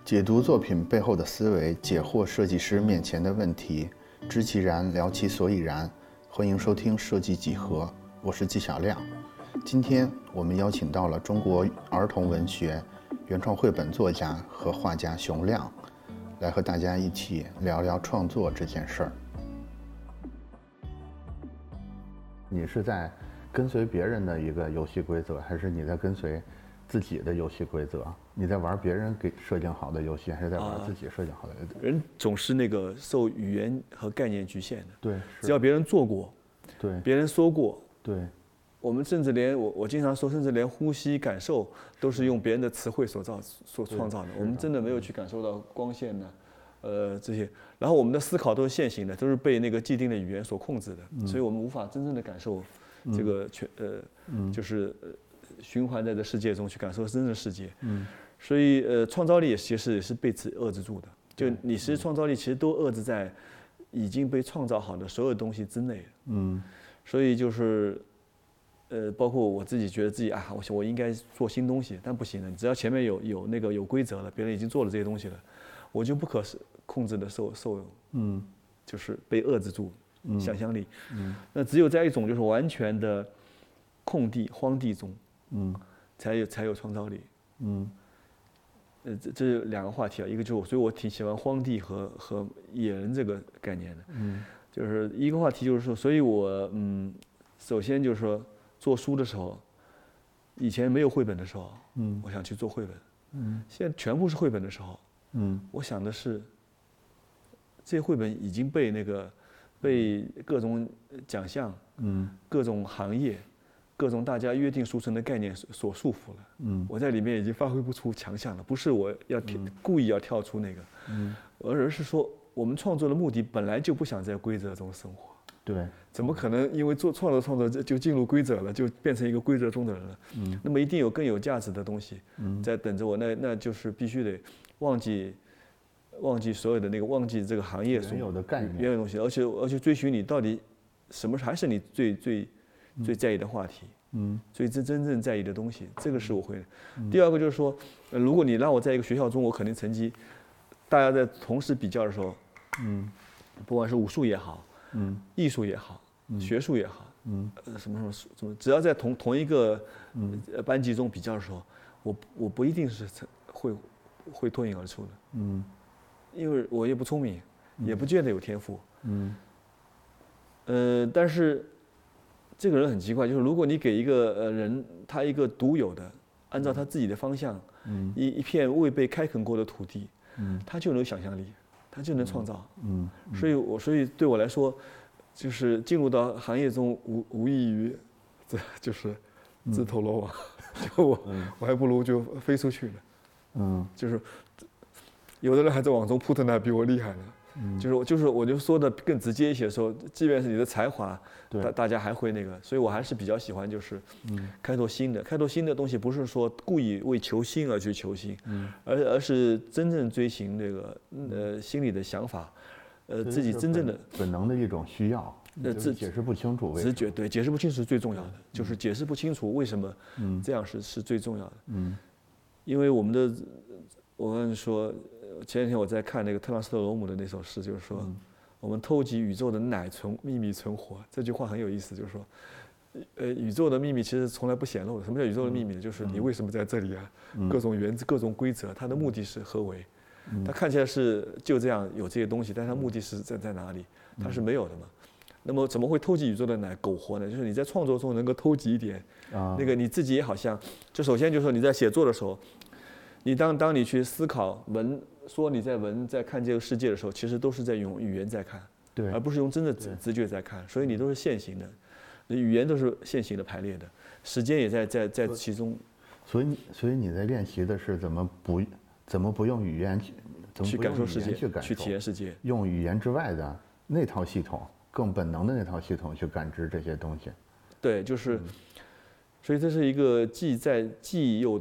解读作品背后的思维，解惑设计师面前的问题，知其然，聊其所以然。欢迎收听设计几何，我是纪晓亮。今天我们邀请到了中国儿童文学原创绘本作家和画家熊亮，来和大家一起聊聊创作这件事儿。你是在跟随别人的一个游戏规则，还是你在跟随自己的游戏规则？你在玩别人给设定好的游戏，还是在玩自己设定好的游戏？ 人总是那个受语言和概念局限的。 对， 只要别人做过， 对， 别人说过， 对， 我们甚至连我经常说，甚至连呼吸感受都是用别人的词汇所创造的。我们真的没有去感受到光线呢，这些。然后我们的思考都是线性的，都是被那个既定的语言所控制的，所以我们无法真正的感受这个就是循环在这世界中去感受真正的世界。所以创造力其实也是被遏制住的。就你其实创造力其实都遏制在已经被创造好的所有东西之内。所以就是包括我自己觉得自己我应该做新东西，但不行了。只要前面有规则了，别人已经做了这些东西了，我就不可控制的就是被遏制住想象力。那只有在一种就是完全的空地荒地中，才有创造力。这是两个话题啊，一个就是所以我挺喜欢荒地和野人这个概念的。就是一个话题就是说，所以我首先就是说做书的时候，以前没有绘本的时候，我想去做绘本。现在全部是绘本的时候，我想的是，这些绘本已经被各种奖项，各种行业，各种大家约定俗成的概念所束缚了。我在里面已经发挥不出强项了。不是我要故意要跳出那个，而是说我们创作的目的本来就不想在规则中生活。 对， 怎么可能因为创作就进入规则了，就变成一个规则中的人了？那么一定有更有价值的东西在等着我。那就是必须得忘记所有的那个，忘记这个行业原有的概念， 原有的东西，而且追寻你到底什么还是你最在意的话题，最真正在意的东西，这个是我会的。第二个就是说，如果你让我在一个学校中，我肯定成绩，大家在同时比较的时候，不管是武术也好，艺术也好，学术也好，什么，只要在同一个班级中比较的时候，我不一定是会脱颖而出的。因为我也不聪明，也不见得有天赋。但是这个人很奇怪，就是如果你给一个人他一个独有的，按照他自己的方向，一片未被开垦过的土地，他就能有想象力，他就能创造。所以对我来说，就是进入到行业中无异于，这就是自投罗网。就我还不如就飞出去了。就是有的人还在网中扑腾的比我厉害呢。我就说的更直接一些，说即便是你的才华，大家还会那个，所以我还是比较喜欢就是开拓新的东西，不是说故意为求新而去求新，而是真正追寻这个心里的想法，自己真正的本能的一种需要。解释不清楚为什么， 直觉，对，解释不清楚是最重要的，就是解释不清楚为什么这样是最重要的。因为我跟你说，前几天我在看那个特朗斯特罗姆的那首诗，就是说，我们偷集宇宙的秘密存活。这句话很有意思，就是说，宇宙的秘密其实从来不显露的。什么叫宇宙的秘密呢？就是你为什么在这里啊？各种原子、各种规则，它的目的是何为？它看起来是就这样有这些东西，但它目的是在哪里？它是没有的嘛。那么怎么会偷集宇宙的奶苟活呢？就是你在创作中能够偷集一点，那个你自己也好像，就首先就是说你在写作的时候。你当你去思考说你在看这个世界的时候，其实都是在用语言在看， 对， 而不是用真的直觉在看，所以你都是线性的，语言都是线性的排列的，时间也在其中。 所以你在练习的是怎么不用语言去感受世界，去体验世界， 用语言之外的那套系统，更本能的那套系统去感知这些东西。 对，就是。 所以这是一个既幼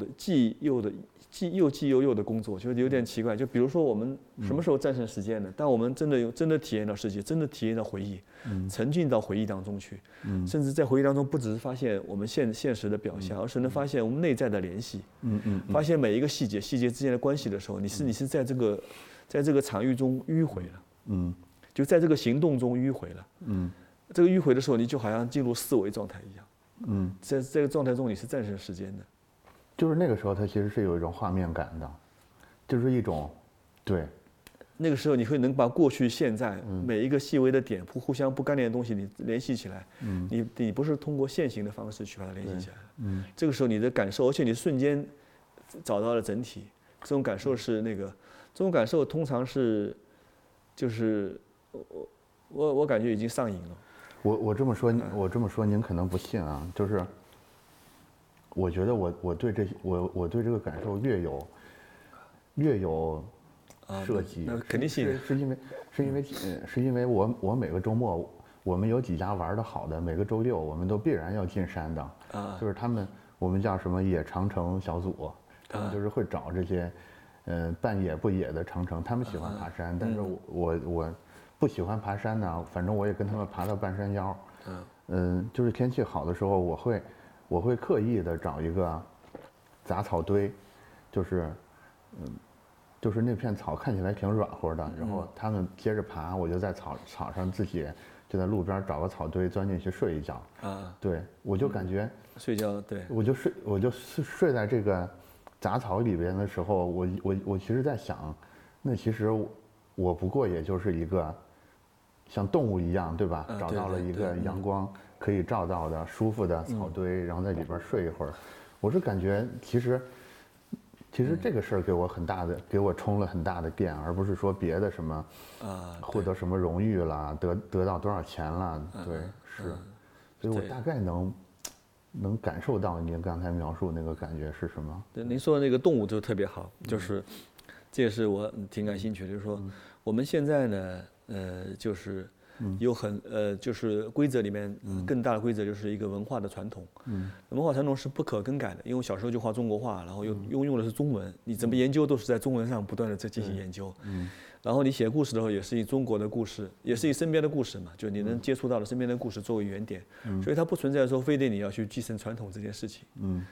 的工作，就有点奇怪。就比如说我们什么时候战胜时间呢？当我们真的体验到世界，真的体验到回忆，沉浸到回忆当中去，甚至在回忆当中不只是发现我们现实的表象，而是能发现我们内在的联系，发现每一个细节之间的关系的时候，你是在这个场域中迂回了，就在这个行动中迂回了，这个迂回的时候，你就好像进入四维状态一样，在这个状态中你是战胜时间的。 就是那个时候，它其实是有一种画面感的，就是一种，对。 那个时候你会能把过去、现在每一个细微的点、互相不干连的东西，你联系起来。你不是通过线性的方式去把它联系起来的。这个时候你的感受，而且你瞬间找到了整体。这种感受是这种感受通常是，就是我感觉已经上瘾了。 我这么说，您可能不信啊，就是。我觉得我对这个感受越有设计， 那肯定是因为我每个周末我们有几家玩得好的，每个周六我们都必然要进山的，就是我们叫什么野长城小组，他们就是会找这些半野不野的长城，他们喜欢爬山，但是我不喜欢爬山呢，反正我也跟他们爬到半山腰，就是天气好的时候我会刻意的找一个杂草堆，就是那片草看起来挺软和的，然后他们接着爬，我就在草上自己就在路边找个草堆钻进去睡一觉。对，我就感觉睡觉，对， 我就睡在这个杂草里边的时候，我其实在想，那其实我不过也就是一个像动物一样，对吧？找到了一个阳光可以照到的舒服的草堆，然后在里边睡一会儿。我是感觉其实这个事儿给我充了很大的电，而不是说别的什么获得什么荣誉啦，得到多少钱啦，对，是，所以我大概能感受到您刚才描述那个感觉是什么。 对，您说的那个动物就特别好，就是这也是我挺感兴趣的，就是说我们现在呢，就是有就是规则里面更大的规则就是一个文化的传统，文化传统是不可更改的，因为我小时候就画中国画，然后又用的是中文，你怎么研究都是在中文上不断的在进行研究，然后你写故事的时候也是以中国的故事，也是以身边的故事嘛，就你能接触到的身边的故事作为原点，所以它不存在说非得你要去继承传统这件事情，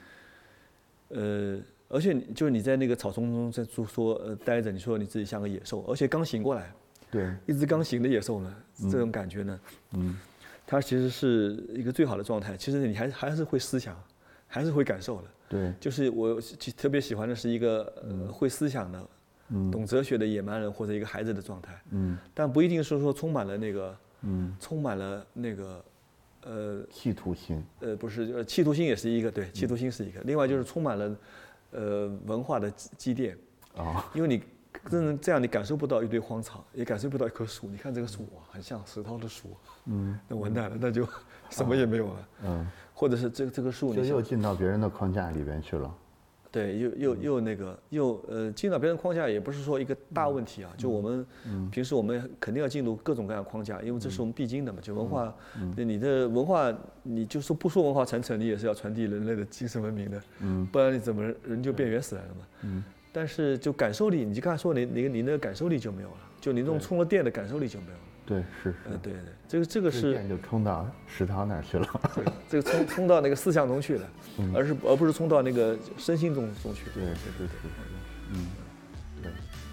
而且就是你在那个草丛中在待着，你说你自己像个野兽，而且刚醒过来。 对， 一只刚醒的野兽呢，这种感觉呢，它其实是一个最好的状态。其实你还是会思想，还是会感受的。 对， 就是我特别喜欢的是一个会思想的、懂哲学的野蛮人或者一个孩子的状态。但不一定是说充满了那个企图心。 不是，企图心也是一个，对，企图心是一个。另外就是充满了文化的积淀。因为你。真的这样，你感受不到一堆荒草，也感受不到一棵树。你看这个树，哇，很像石头的树，那完蛋了，那就什么也没有了。或者是这个树， 就又进到别人的框架里边去了。 对，又进到别人框架，也不是说一个大问题啊。就我们平时我们肯定要进入各种各样的框架，因为这是我们必经的嘛。就文化，你的文化，你就说不说文化传承，你也是要传递人类的精神文明的。不然你怎么人就变原始来了嘛？但是就感受力，你就刚才说你那个感受力就没有了，就你那种充了电的感受力就没有了。 对，是。 对，这个是电就充到石头那儿去了。 对，这个充到那个思想中去了，而不是充到那个身心中去。 对，是。对。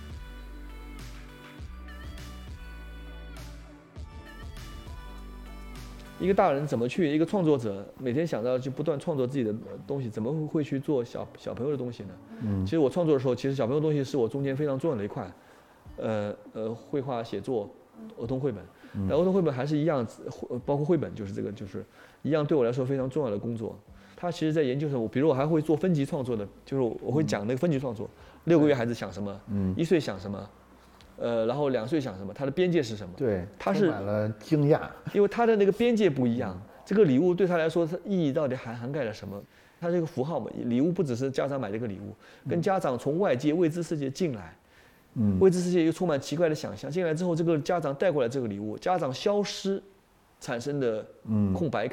一个大人怎么去？一个创作者每天想到就不断创作自己的东西，怎么会去做小朋友的东西呢？其实我创作的时候，其实小朋友的东西是我中间非常重要的一块，绘画、写作、儿童绘本。但儿童绘本还是一样，包括绘本就是就是一样对我来说非常重要的工作。他其实在研究上，比如我还会做分级创作的，就是我会讲那个分级创作，6个月孩子想什么，1岁想什么。然后2岁想什么？它的边界是什么？ 对， 它是充满了惊讶， 因为它的那个边界不一样。这个礼物对他来说，它意义到底涵盖了什么？它这个符号嘛，礼物不只是家长买这个礼物，跟家长从外界未知世界进来，未知世界又充满奇怪的想象，进来之后，这个家长带过来这个礼物，家长消失产生的空白感，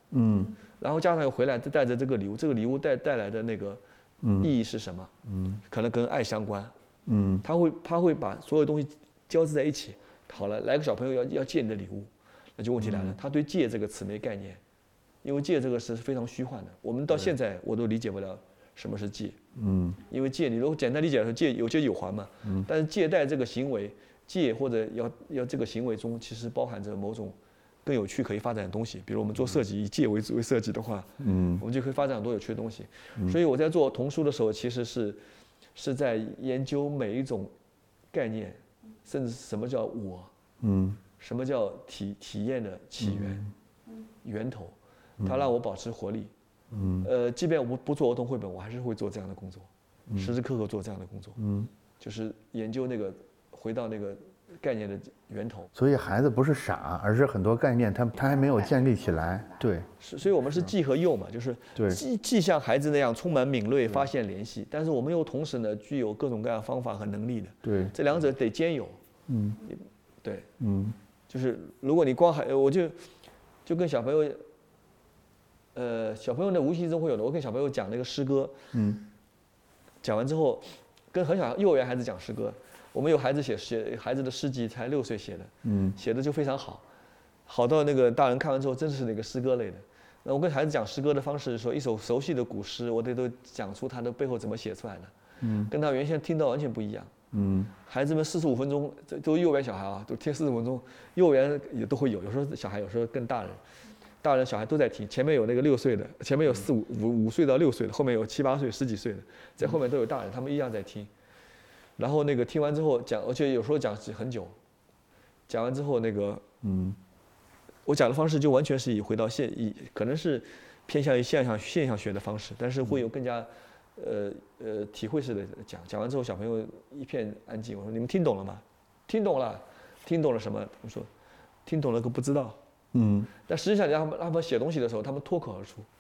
然后加上又回来带着这个礼物，这个礼物带来的那个意义是什么？可能跟爱相关。他会把所有东西交织在一起。好了，来个小朋友要借你的礼物，那就问题来了，他对借这个词没概念，因为借这个是非常虚幻的。我们到现在我都理解不了什么是借。因为借你如果简单理解说借有借有还嘛。但是借贷这个行为，借或者要这个行为中，其实包含着某种更有趣可以发展的东西。比如我们做设计，以借为设计的话，我们就可以发展很多有趣的东西。所以我在做童书的时候，其实是在研究每一种概念，甚至什么叫我，什么叫体验的起源、源头，它让我保持活力。即便我不做儿童绘本，我还是会做这样的工作，时时刻刻做这样的工作。就是研究那个回到那个概念的源头。 所以孩子不是傻，而是很多概念他还没有建立起来。对， 所以我们是既和幼嘛，就是既像孩子那样充满敏锐发现联系，但是我们又同时呢具有各种各样方法和能力的。 对， 这两者得兼有。对，就是如果你光我就跟小朋友。小朋友呢无形中会有的。我跟小朋友讲那个诗歌，讲完之后，跟很小幼儿园孩子讲诗歌。我们有孩子写孩子的诗集，才6岁写的，写的就非常好，好到那个大人看完之后，真是那个诗歌类的。那我跟孩子讲诗歌的方式是说，一首熟悉的古诗，我都讲出它的背后怎么写出来的，跟他原先听到完全不一样。孩子们45分钟，都幼儿园小孩啊，都听45分钟，幼儿园也都会有，有时候小孩，有时候更大人。大人小孩都在听，前面有那个6岁的，前面有5岁到6岁的，后面有7、8岁、10几岁的，在后面都有大人，他们一样在听。然后那个听完之后讲，而且有时候讲很久，讲完之后那个，我讲的方式就完全是以回到可能是偏向于现象学的方式，但是会有更加体会式的讲。讲完之后，小朋友一片安静。我说：“你们听懂了吗？”听懂了，听懂了什么？我说：“听懂了个不知道。”但实际上让他们写东西的时候，他们脱口而出。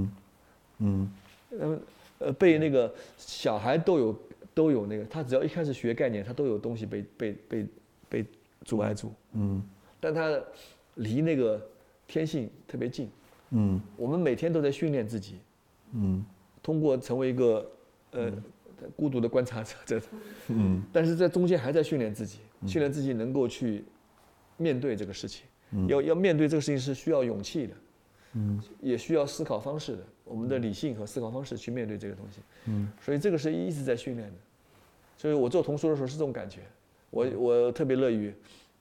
被那个小孩都有那个，他只要一开始学概念，他都有东西被阻碍住。但他离那个天性特别近。我们每天都在训练自己。通过成为一个孤独的观察者。但是在中间还在训练自己，训练自己能够去面对这个事情。要面对这个事情是需要勇气的，也需要思考方式的，我们的理性和思考方式去面对这个东西。所以这个是一直在训练的。所以我做童书的时候是这种感觉，我特别乐于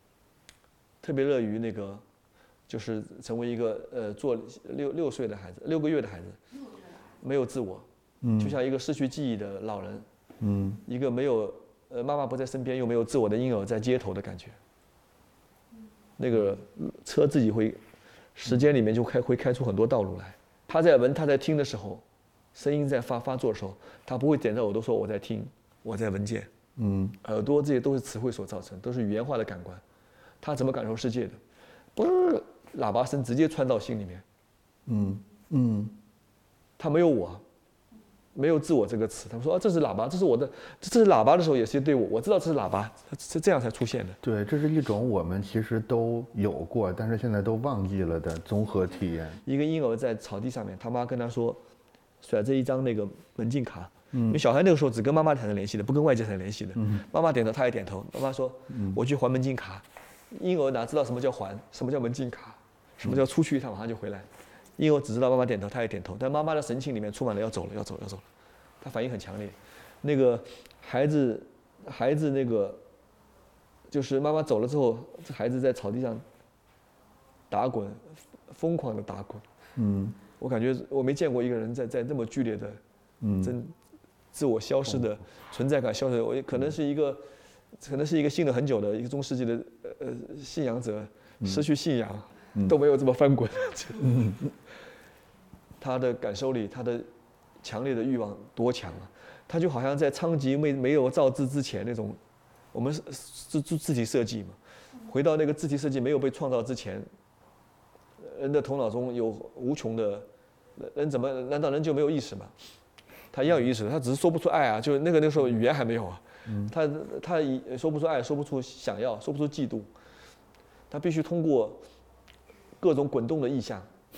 那个，就是成为一个做6岁的孩子，6个月的孩子，没有自我，就像一个失去记忆的老人，一个没有妈妈不在身边又没有自我的婴儿在街头的感觉。那个车自己会，时间里面就会开出很多道路来。他在闻，他在听的时候，声音在发作的时候，他不会点着耳朵说我在听，我在闻见。耳朵这些都是词汇所造成，都是语言化的感官。他怎么感受世界的？喇叭声直接穿到心里面。他没有我。没有自我这个词，他们说这是喇叭，这是我的，这是喇叭的时候也是对我知道这是喇叭，是这样才出现的。 对，这是一种我们其实都有过，但是现在都忘记了的综合体验。 一个婴儿在草地上面，他妈跟他说，甩着一张那个门禁卡，因为小孩那个时候只跟妈妈才能联系的，不跟外界才能联系的。妈妈点头，他也点头。妈妈说，我去还门禁卡。婴儿哪知道什么叫还，什么叫门禁卡，什么叫出去，他马上就回来。婴儿只知道妈妈点头，他也点头，但妈妈的神情里面充满了要走了，要走了，要走了，他反应很强烈。那个孩子那个，就是妈妈走了之后，这孩子在草地上打滚，疯狂的打滚。我感觉我没见过一个人在这么剧烈的，自我消失的存在感消失。我可能是一个信了很久的一个中世纪的信仰者，失去信仰。都没有这么翻滚。他的感受力，他的强烈的欲望多强啊！他就好像在昌吉没有造字之前那种，我们是字体设计嘛，回到那个字体设计没有被创造之前，人的头脑中有无穷的，人怎么难道人就没有意识吗？他一样有意识的，他只是说不出爱啊，就那个时候语言还没有啊，他说不出爱，说不出想要，说不出嫉妒，他必须通过各种滚动的意象，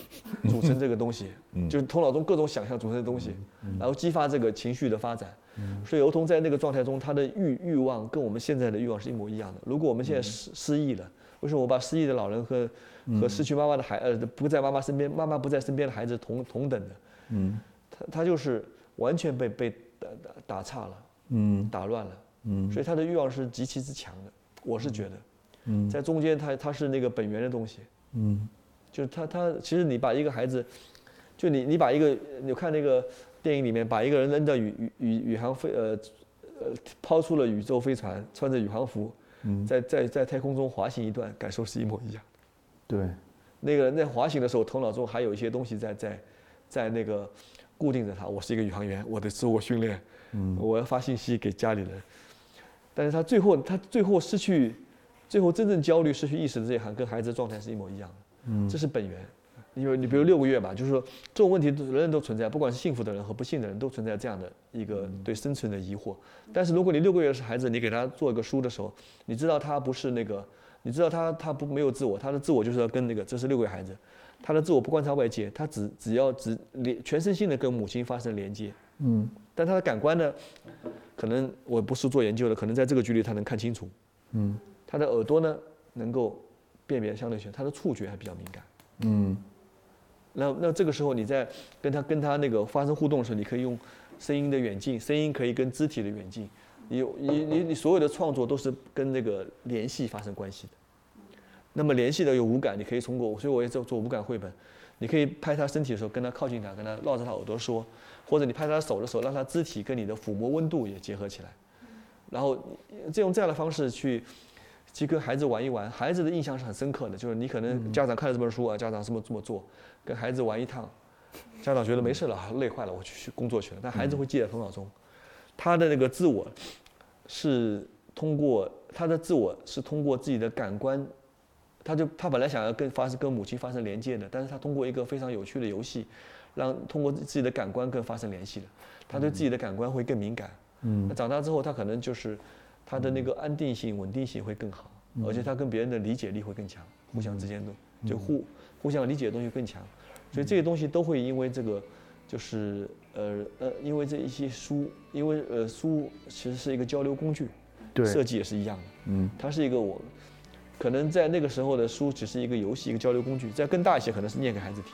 组成这个东西，就是头脑中各种想象组成的东西，然后激发这个情绪的发展。所以儿童在那个状态中，他的欲望跟我们现在的欲望是一模一样的。如果我们现在失忆了，为什么我把失忆的老人和失去妈妈的不在妈妈身边，妈妈不在身边的孩子同等的，他就是完全被打岔了，打乱了，所以他的欲望是极其之强的。我是觉得，在中间他是那个本源的东西，就是他其实你把一个孩子，就你把一个你看那个电影里面把一个人扔到宇航抛出了宇宙飞船，穿着宇航服，在太空中滑行一段，感受是一模一样。 对， 那个人在滑行的时候，头脑中还有一些东西在那个固定着他。我是一个宇航员，我的自我训练，我要发信息给家里人。但是他最后失去，最后真正焦虑、失去意识的这一行，跟孩子的状态是一模一样的。这是本源。因为你比如6个月吧，就是说这种问题人人都存在，不管是幸福的人和不幸的人都存在这样的一个对生存的疑惑。但是如果你6个月是孩子，你给他做一个书的时候，你知道他不是那个，你知道他没有自我，他的自我就是要跟那个，这是6个月孩子，他的自我不观察外界，他只全身心的跟母亲发生连接。但他的感官呢，可能我不是做研究的，可能在这个距离他能看清楚。他的耳朵呢能够辨别相对权，他的触觉还比较敏感。那这个时候你在跟他那个发生互动的时候，你可以用声音的远近，声音可以跟肢体的远近，你所有的创作都是跟那个联系发生关系的。那么联系的有五感，你可以通过，所以我也做五感绘本，你可以拍他身体的时候跟他靠近他，跟他绕着他耳朵说，或者你拍他手的时候，让他肢体跟你的抚摸温度也结合起来，然后用这样的方式去跟孩子玩一玩，孩子的印象是很深刻的，就是你可能家长看了这本书啊，家长这么做，跟孩子玩一趟，家长觉得没事了，累坏了，我去工作去了，但孩子会记在头脑中，他的那个自我是通过自己的感官，他本来想要跟母亲发生连接的，但是他通过一个非常有趣的游戏，通过自己的感官更发生联系了，他对自己的感官会更敏感。那长大之后，他可能就是他的那个安定性、稳定性会更好，而且他跟别人的理解力会更强，互相之间就互相理解的东西更强，所以这些东西都会因为这个，就是因为这一些书，因为书其实是一个交流工具，设计也是一样的，它是一个可能在那个时候的书只是一个游戏、一个交流工具，再更大一些可能是念给孩子听。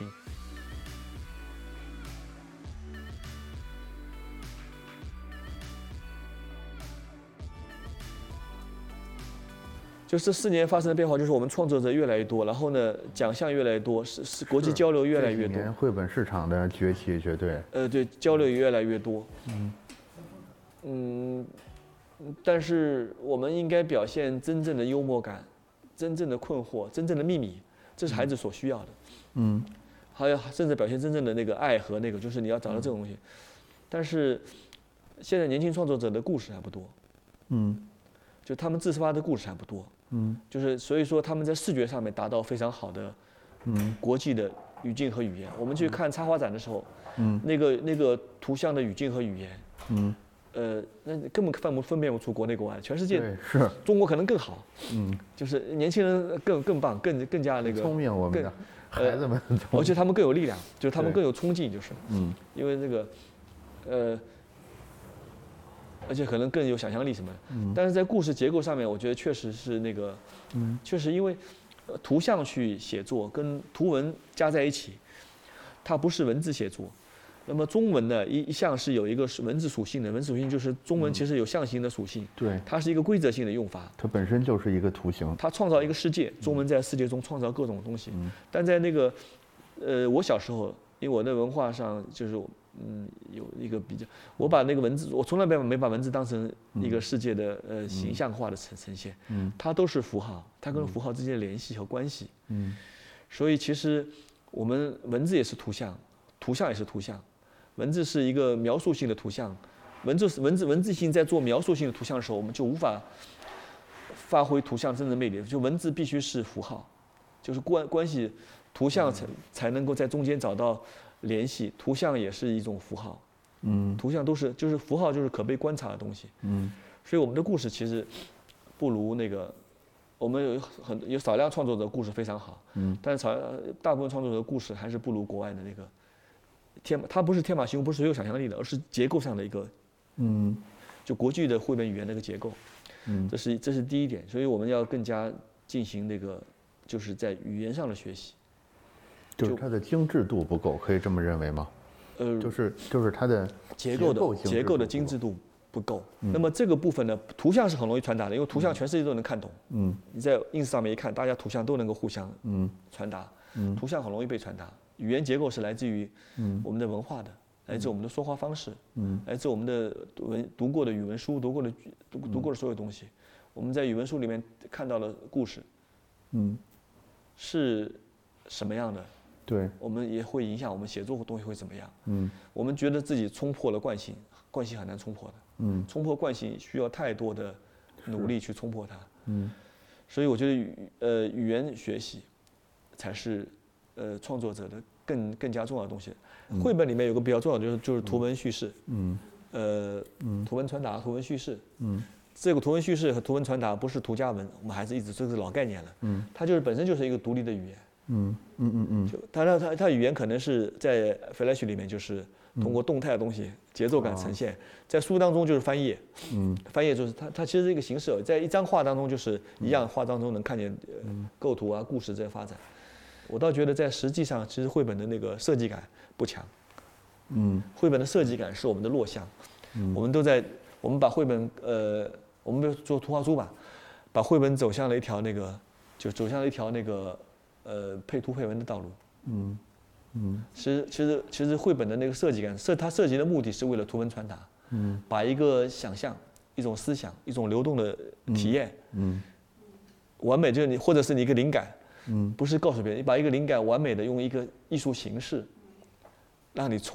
就这4年发生的变化，就是我们创作者越来越多，然后呢，奖项越来越多，是国际交流越来越多。 这几年绘本市场的崛起，绝对。 对，交流也越来越多。但是我们应该表现真正的幽默感，真正的困惑，真正的秘密，这是孩子所需要的。还有甚至表现真正的那个爱和那个，就是你要找到这种东西。但是现在年轻创作者的故事还不多。就他们自发的故事还不多。就是所以说他们在视觉上面达到非常好的国际的语境和语言。我们去看插画展的时候，那个图像的语境和语言，那根本分辨不出国内国外，全世界是中国可能更好。就是年轻人更棒，更加那个聪明，我们的孩子们， 而且他们更有力量，就是他们更有冲劲，就是因为那个而且可能更有想象力什么的。但是在故事结构上面，我觉得确实是那个，确实因为图像去写作跟图文加在一起，它不是文字写作。那么中文呢，一向是有一个文字属性的，文字属性就是中文其实有象形的属性， 对， 它是一个规则性的用法， 它本身就是一个图形， 它创造一个世界，中文在世界中创造各种东西。但在那个我小时候，因为我的文化上就是有一个比较，我把那个文字，我从来没把文字当成一个世界的形象化的呈现，它都是符号，它跟符号之间的联系和关系。所以其实我们文字也是图像，图像也是图像。文字是一个描述性的图像，文字性在做描述性的图像的时候，我们就无法发挥图像真正的魅力。就文字必须是符号，就是关系，图像才能够在中间找到联系。图像也是一种符号，图像就是符号，就是可被观察的东西。所以我们的故事其实不如那个我们有少量创作者故事非常好，但是大部分创作者的故事还是不如国外的那个它不是天马行空，不是有想象力的，而是结构上的一个，就国际的绘本语言的一个结构，这是第一点，所以我们要更加进行那个就是在语言上的学习， 就是它的精致度不够，可以这么认为吗？就是它的结构的精致度不够。那么这个部分呢，图像是很容易传达的，因为图像全世界都能看懂。你在 ins 上面一看，大家图像都能够互相传达，图像很容易被传达。语言结构是来自于我们的文化的，来自我们的说话方式，来自我们的读过的语文书，读过的所有东西。我们在语文书里面看到的故事，是什么样的？对，我们也会影响我们写作的东西会怎么样。我们觉得自己冲破了惯性，惯性很难冲破的。冲破惯性需要太多的努力去冲破它。所以我觉得语言学习才是创作者的更加重要的东西。绘本里面有个比较重要的就是图文叙事。图文传达、图文叙事。这个图文叙事和图文传达不是图加文，我们还是一直这是老概念了。它本身就是一个独立的语言。就它语言可能是在 Flash 里面就是通过动态的东西、节奏感呈现，在书当中就是翻页。翻页就是它其实是一个形式，在一张画当中就是一样，画当中能看见构图啊、故事这些发展。我倒觉得在实际上，其实绘本的那个设计感不强。绘本的设计感是我们的弱项。我们把绘本我们做图画书吧，把绘本走向了一条那个配图配文的道路。其实绘本的那个设计感，它设计的目的是为了图文传达。把一个想象、一种思想、一种流动的体验，完美就是或者是你一个灵感，不是告诉别人，你把一个灵感完美的用一个艺术形式，让你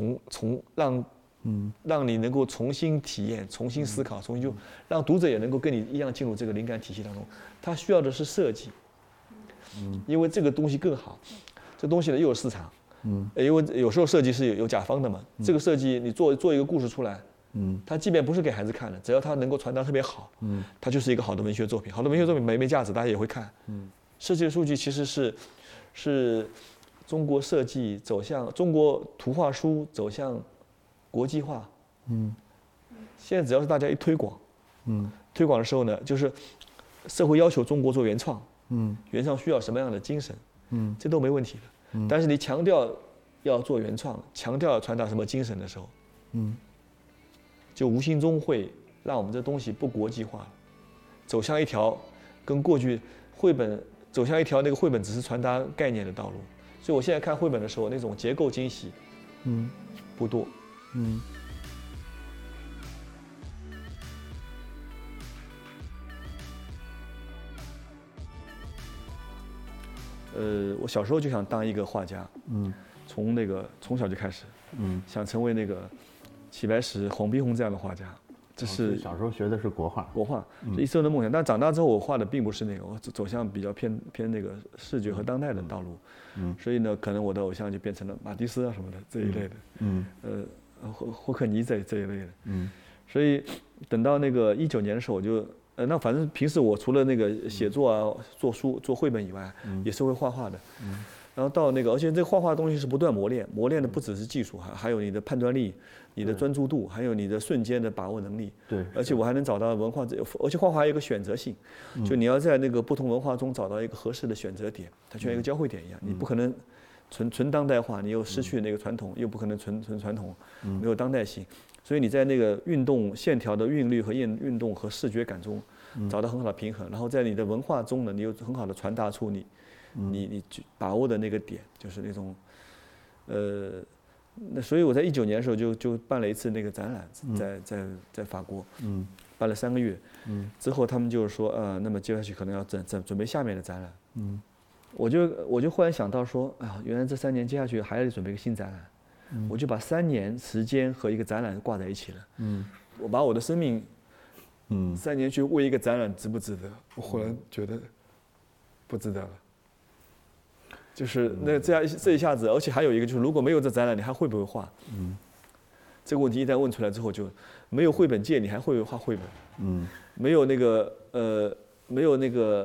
让你能够重新体验、重新思考、重新就让读者也能够跟你一样进入这个灵感体系当中。它需要的是设计，因为这个东西更好，这东西呢又有市场，因为有时候设计是有甲方的嘛。这个设计你做一个故事出来，它即便不是给孩子看的，只要它能够传达特别好，它就是一个好的文学作品。好的文学作品没价值，大家也会看。设计的数据其实是中国设计走向中国图画书走向国际化。现在只要是大家一推广，推广的时候呢，就是社会要求中国做原创，原创需要什么样的精神，这都没问题的。但是你强调要做原创，强调要传达什么精神的时候，就无形中会让我们这东西不国际化了，走向一条跟过去绘本走向一条那个绘本只是传达概念的道路。所以我现在看绘本的时候，那种结构惊喜，不多。我小时候就想当一个画家，从小就开始，想成为那个齐白石、黄宾虹这样的画家。这是小时候学的是国画， 这一生的梦想。但长大之后，我画的并不是那个，我走向比较偏那个视觉和当代的道路。所以呢，可能我的偶像就变成了马蒂斯啊什么的这一类的，霍克尼这一类的。所以等到那个19年的时候，我就那反正平时我除了那个写作啊、做书、做绘本以外，也是会画画的。然后到那个，而且这个画画的东西是不断磨练的不只是技术，还有你的判断力、你的专注度，还有你的瞬间的把握能力。 对， 而且我还能找到文化，而且画画还有一个选择性，就你要在那个不同文化中找到一个合适的选择点，它就像一个交汇点一样，你不可能纯当代化，你又失去那个传统，又不可能纯传统，没有当代性。所以你在那个运动线条的韵律和运动和视觉感中找到很好的平衡，然后在你的文化中呢，你又很好的传达出你把握的那个点，就是那种那所以我在19年的时候就办了一次那个展览，在法国，办了3个月，之后他们就是说那么接下去可能要准备下面的展览，我就忽然想到说原来这3年接下去还要准备一个新展览，我就把3年时间和一个展览挂在一起了，我把我的生命3年去为一个展览值不值得？我忽然觉得不值得了。就是那这一下子，而且还有一个就是，如果没有这展览，你还会不会画？这个问题一旦问出来之后，就没有绘本界，你还会不会画绘本？没有那个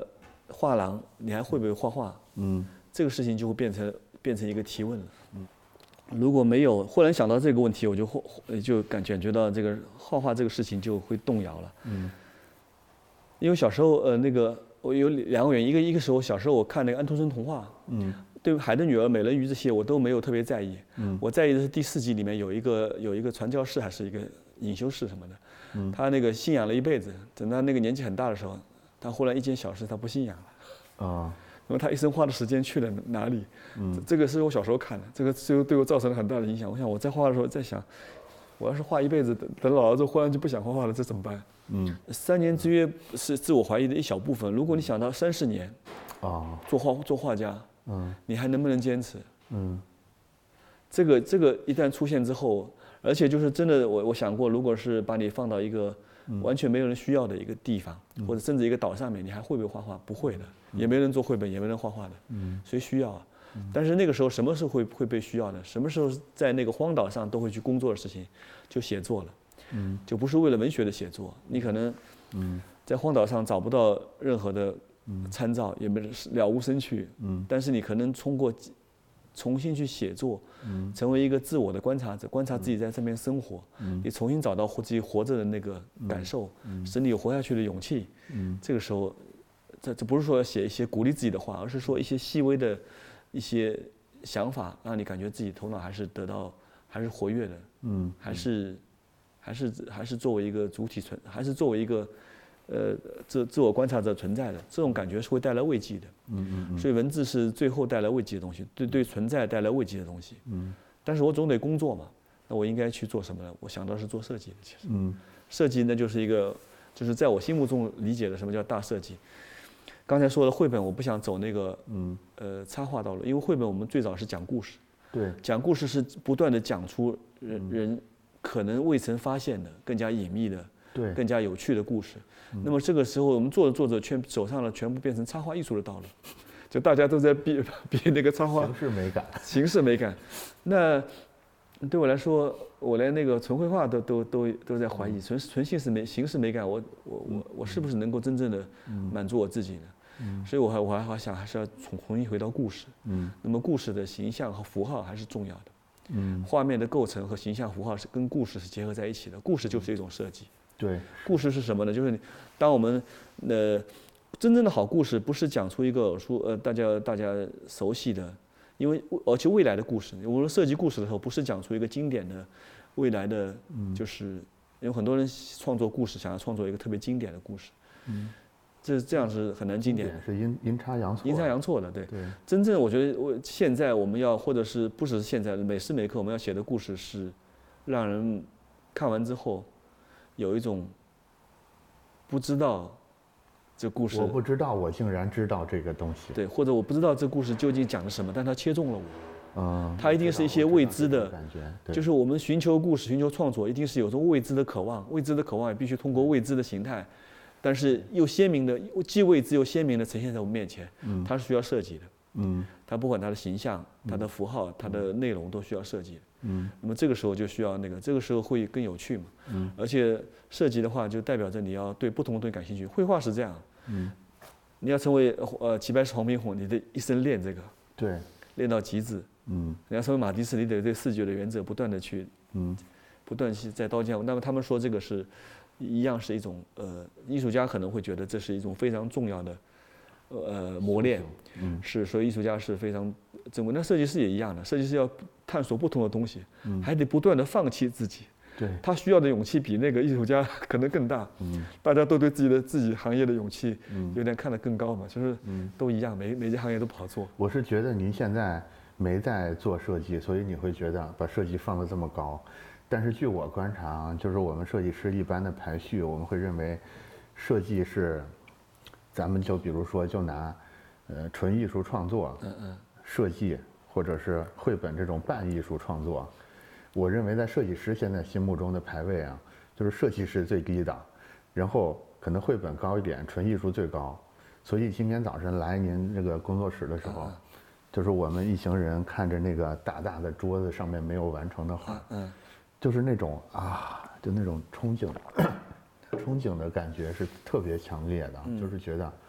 画廊，你还会不会画画？这个事情就会变成一个提问了。如果没有，忽然想到这个问题，我就感觉到这个画画这个事情就会动摇了。因为小时候我有2个原因，一个时候小时候我看那个安徒生童话，对《海的女儿》《美人鱼》这些我都没有特别在意，我在意的是第4集里面有一个传教士还是一个隐修士什么的，他那个信仰了一辈子，等他那个年纪很大的时候，他忽然一件小事他不信仰了，那么他一生花的时间去了哪里？这个是我小时候看的，这个就对我造成了很大的影响。我想我在画的时候在想，我要是画一辈子，等老了之后忽然就不想画画了，这怎么办？3年之约是自我怀疑的一小部分。如果你想到30年，做画家，你还能不能坚持？这个一旦出现之后，而且就是真的，我想过，如果是把你放到一个完全没有人需要的一个地方，或者甚至一个岛上面，你还会不会画画？不会的，也没人做绘本，也没人画画的，谁需要啊？但是那个时候什么时候会被需要呢？什么时候在那个荒岛上都会去工作的事情，就写作了，就不是为了文学的写作。你可能在荒岛上找不到任何的参照，也没了无生趣，但是你可能通过重新去写作，成为一个自我的观察者，观察自己在这边生活，你重新找到自己活着的那个感受，使你有活下去的勇气。这个时候，这不是说写一些鼓励自己的话，而是说一些细微的一些想法，让你感觉自己头脑还是还是活跃的，还是作为一个主体还是作为一个自我观察者存在的，这种感觉是会带来慰藉的。所以文字是最后带来慰藉的东西，对存在带来慰藉的东西。但是我总得工作嘛，那我应该去做什么呢？我想到是做设计的，其实。设计呢就是在我心目中理解的什么叫大设计。刚才说的绘本，我不想走那个插画道路，因为绘本我们最早是讲故事。 对。讲故事是不断的讲出人可能未曾发现的、更加隐秘的、更加有趣的故事。那么这个时候，我们做着做着，走上了全部变成插画艺术的道路，就大家都在比那个插画形式美感。那对我来说，我连那个纯绘画都在怀疑，纯形式美感，我是不是能够真正的满足我自己呢？所以我还想还是要重新回到故事。那么故事的形象和符号还是重要的。画面的构成和形象符号是跟故事是结合在一起的。故事就是一种设计。 对， 故事是什么呢？就是当我们真正的好故事不是讲出一个大家熟悉的，因为而且未来的故事，我们设计故事的时候不是讲出一个经典的未来的，就是有很多人创作故事想要创作一个特别经典的故事，这样是很难经典， 是阴差阳错的，对。真正我觉得现在我们要，或者是不只是现在，每时每刻我们要写的故事是让人看完之后有一种不知道这故事， 我不知道我竟然知道这个东西， 对，或者我不知道这故事究竟讲的什么，但它切中了我。它一定是一些未知的感觉， 就是我们寻求故事、寻求创作，一定是有种未知的渴望，未知的渴望也必须通过未知的形态，但是又鲜明的，既未知又鲜明的呈现在我们面前。它是需要设计的。它不管它的形象、它的符号、它的内容都需要设计的。那么这个时候就需要这个时候会更有趣嘛。而且设计的话，就代表着你要对不同的东西感兴趣。绘画是这样。你要成为齐白石、黄宾虹，你得一生练这个。 对。 练到极致。你要成为马蒂斯，你得对视觉的原则不断的去，不断在刀剑。那么他们说这个是一样是一种艺术家可能会觉得这是一种非常重要的磨练，是所以艺术家是非常珍贵。那设计师也一样的，设计师要探索不同的东西，还得不断的放弃自己。 对， 他需要的勇气比那个艺术家可能更大。大家都对自己行业的勇气有点看得更高嘛，就是都一样，每家行业都不好做。 我是觉得您现在没在做设计，所以你会觉得把设计放得这么高。但是据我观察，就是我们设计师一般的排序，我们会认为设计是，咱们就比如说就拿纯艺术创作，设计或者是绘本这种半艺术创作，我认为在设计师现在心目中的排位啊，就是设计是最低的，然后可能绘本高一点，纯艺术最高。所以今天早晨来您这个工作室的时候，就是我们一行人看着那个大大的桌子上面没有完成的画，就是那种就那种憧憬的感觉是特别强烈的，就是觉得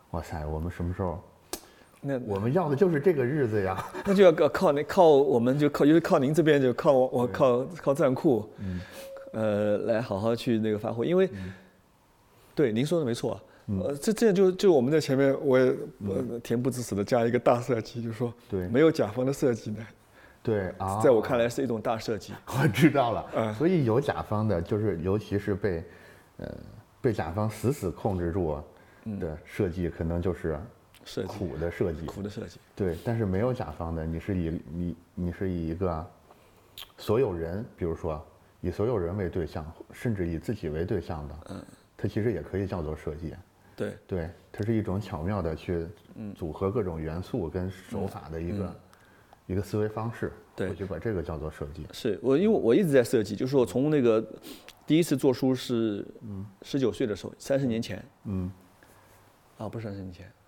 哇塞，我们什么时候？ 那我们要的就是这个日子呀。 那就要靠我们就靠，尤其靠您这边就靠我靠站库，来好好去那个发挥，因为，对您说的没错。这样就我们在前面我也恬不知耻的加一个大设计，就是说没有甲方的设计呢， 对啊， 在我看来是一种大设计。 我知道了，所以有甲方的，就是尤其是被甲方死控制住的设计，可能就是苦的设计。对，但是没有甲方的，你是以一个所有人，比如说以所有人为对象，甚至以自己为对象的，它其实也可以叫做设计。对，它是一种巧妙的去组合各种元素跟手法的一个思维方式。我就把这个叫做设计。 是因为我一直在设计，就是我从那个第一次做书是19岁的时候，30年前。不是30年前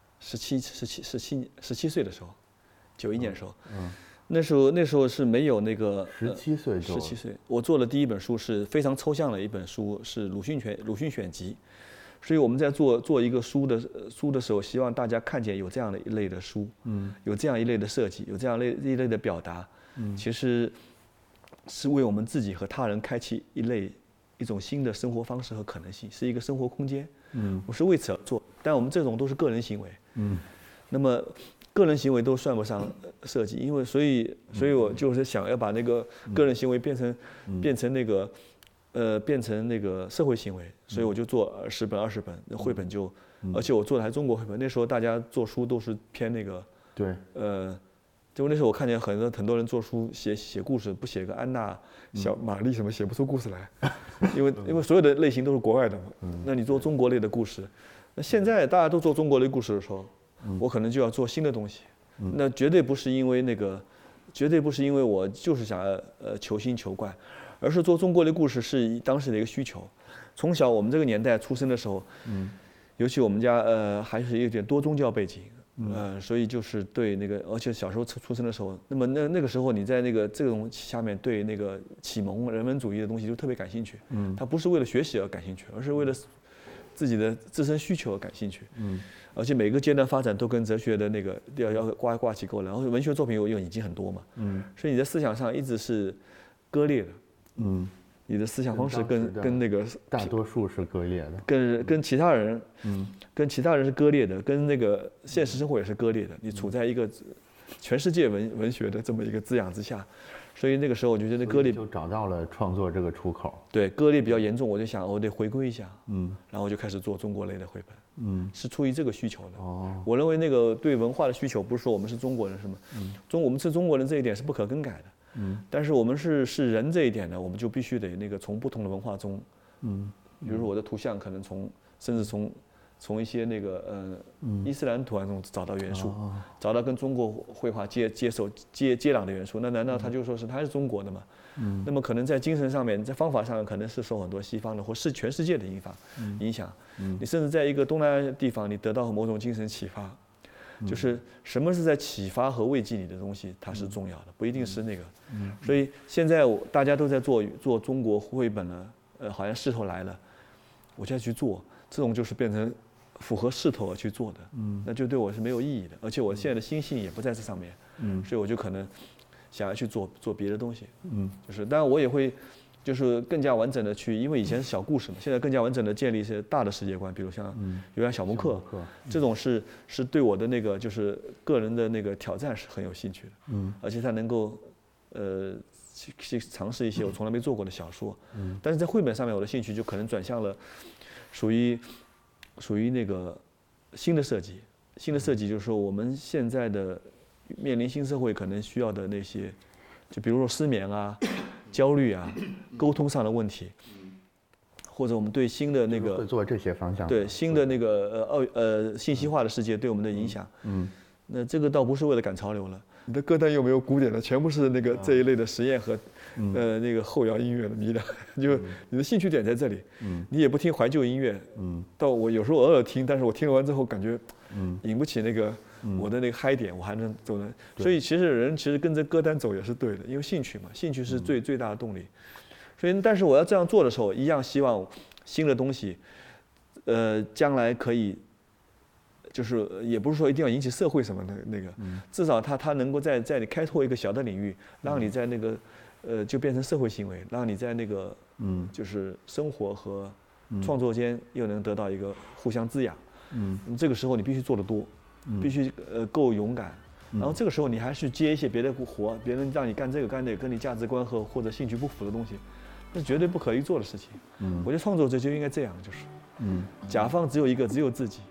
，17岁的时候，91年的时候。那时候是没有那个 17 岁，我做的第一本书是非常抽象的一本书，是鲁迅选集。所以我们在做一个书的时候，希望大家看见有这样的一类的书，有这样一类的设计，有这样一类的表达，其实是为我们自己和他人开启一种新的生活方式和可能性，是一个生活空间。我是为此而做，但我们这种都是个人行为。那么个人行为都算不上设计，因为所以我就是想要把那个个人行为变成那个社会行为，所以我就做10本20本绘本而且我做的还中国绘本。那时候大家做书都是偏那个就那时候我看见很多人做书写故事，不写个安娜、小玛丽什么写不出故事来，因为所有的类型都是国外的嘛。那你做中国类的故事，那现在大家都做中国类故事的时候，我可能就要做新的东西。那绝对不是因为我就是想求新求怪。而是做中国的故事是当时的一个需求。从小我们这个年代出生的时候，尤其我们家还是有点多宗教背景，所以就是对那个，而且小时候出生的时候，那么那个时候你在这种下面对那个启蒙人文主义的东西就特别感兴趣。他不是为了学习而感兴趣，而是为了自己的自身需求而感兴趣。而且每个阶段发展都跟哲学的那个要挂起钩来，然后文学作品又已经很多嘛。所以你在思想上一直是割裂的。你的思想方式跟那个大多数是割裂的， 跟其他人，跟其他人是割裂的，跟那个现实生活也是割裂的。你处在一个全世界文学的这么一个滋养之下，所以那个时候我就觉得割裂就找到了创作这个出口。 对，割裂比较严重，我就想我得回归一下，然后我就开始做中国类的绘本，是出于这个需求的。我认为那个对文化的需求不是说我们是中国人是吗？我们是中国人这一点是不可更改的。但是我们是人这一点呢，我们就必须得那个从不同的文化中，比如说我的图像可能甚至从一些那个伊斯兰图案中找到元素，找到跟中国绘画接壤的元素，那难道他就说是他是中国的吗？那么可能在精神上面，在方法上可能是受很多西方的或是全世界的影响，你甚至在一个东南亚地方，你得到某种精神启发。就是什么是在启发和慰藉你的东西，它是重要的，不一定是那个。所以现在大家都在做中国绘本了，好像势头来了，我就要去做，这种就是变成符合势头而去做的，那就对我是没有意义的，而且我现在的心性也不在这上面，所以我就可能想要去做别的东西，就是当然我也会。就是更加完整的去，因为以前是小故事嘛，现在更加完整的建立一些大的世界观，比如像有点小木克，这种是对我的那个就是个人的那个挑战是很有兴趣的，而且它能够去尝试一些我从来没做过的小说，但是在绘本上面我的兴趣就可能转向了属于那个新的设计就是说我们现在的面临新社会可能需要的那些，就比如说失眠啊。焦虑啊，沟通上的问题，或者我们对新的那个会做这些方向， 对新的那个信息化的世界对我们的影响，那这个倒不是为了赶潮流了。你的歌单又没有古典的，全部是那个这一类的实验和那个后摇音乐的迷的，就你的兴趣点在这里，你也不听怀旧音乐，到我有时候偶尔听，但是我听完之后感觉引不起那个。我的那个嗨点，我还能走呢，所以其实人跟着歌单走也是对的，因为兴趣嘛，兴趣是最大的动力。所以，但是我要这样做的时候，一样希望新的东西，将来可以就是也不是说一定要引起社会什么的那个，至少它能够在你开拓一个小的领域，让你在那个就变成社会行为，让你在那个就是生活和创作间又能得到一个互相滋养。这个时候你必须做得多，必须够勇敢。然后这个时候你还去接一些别的活，别人让你干这个干那个，跟你价值观或者兴趣不符的东西，那是绝对不可以做的事情。我觉得创作者就应该这样，就是甲方只有一个，只有自己。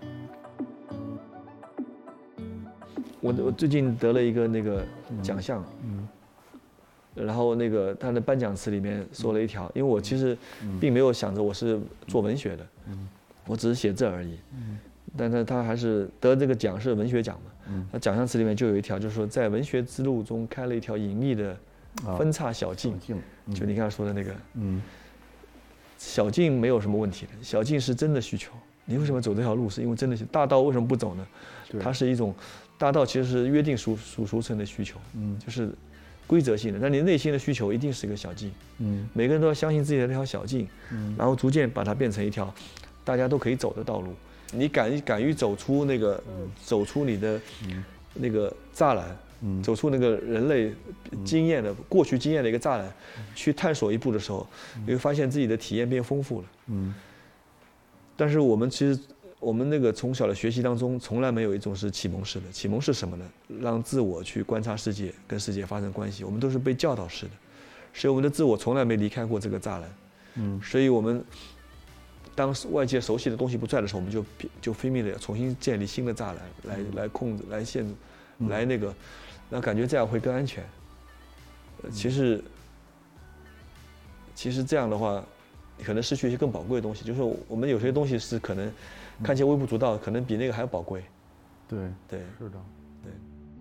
我最近得了一个那个奖项，然后那个他的颁奖词里面说了一条，因为我其实并没有想着我是做文学的，我只是写字而已，但他还是得这个奖是文学奖嘛，他奖项词里面就有一条，就是说在文学之路中开了一条隐秘的分岔小径，就你刚才说的那个，小径没有什么问题的，小径是真的需求。你为什么走这条路？是因为真的是大道为什么不走呢？它是一种大道，其实是约定俗成的需求，就是规则性的。但你内心的需求一定是一个小径，每个人都要相信自己的那条小径，然后逐渐把它变成一条大家都可以走的道路。你敢于走出那个，走出你的那个栅栏，走出那个人类过去经验的一个栅栏，去探索一步的时候，你会发现自己的体验变丰富了。但是我们那个从小的学习当中，从来没有一种是启蒙式的。启蒙是什么呢？让自我去观察世界，跟世界发生关系。我们都是被教导式的，所以我们的自我从来没离开过这个栅栏。所以我们当外界熟悉的东西不在的时候，我们就拼命的重新建立新的栅栏，来控制，来限制，来那个，那感觉这样会更安全。其实这样的话，可能失去一些更宝贵的东西。就是我们有些东西是可能看起来微不足道，可能比那个还要宝贵。 对，是的， 对。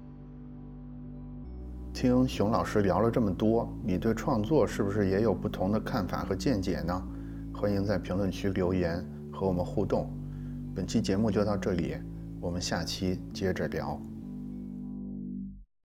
听熊老师聊了这么多，你对创作是不是也有不同的看法和见解呢？欢迎在评论区留言和我们互动。本期节目就到这里，我们下期接着聊。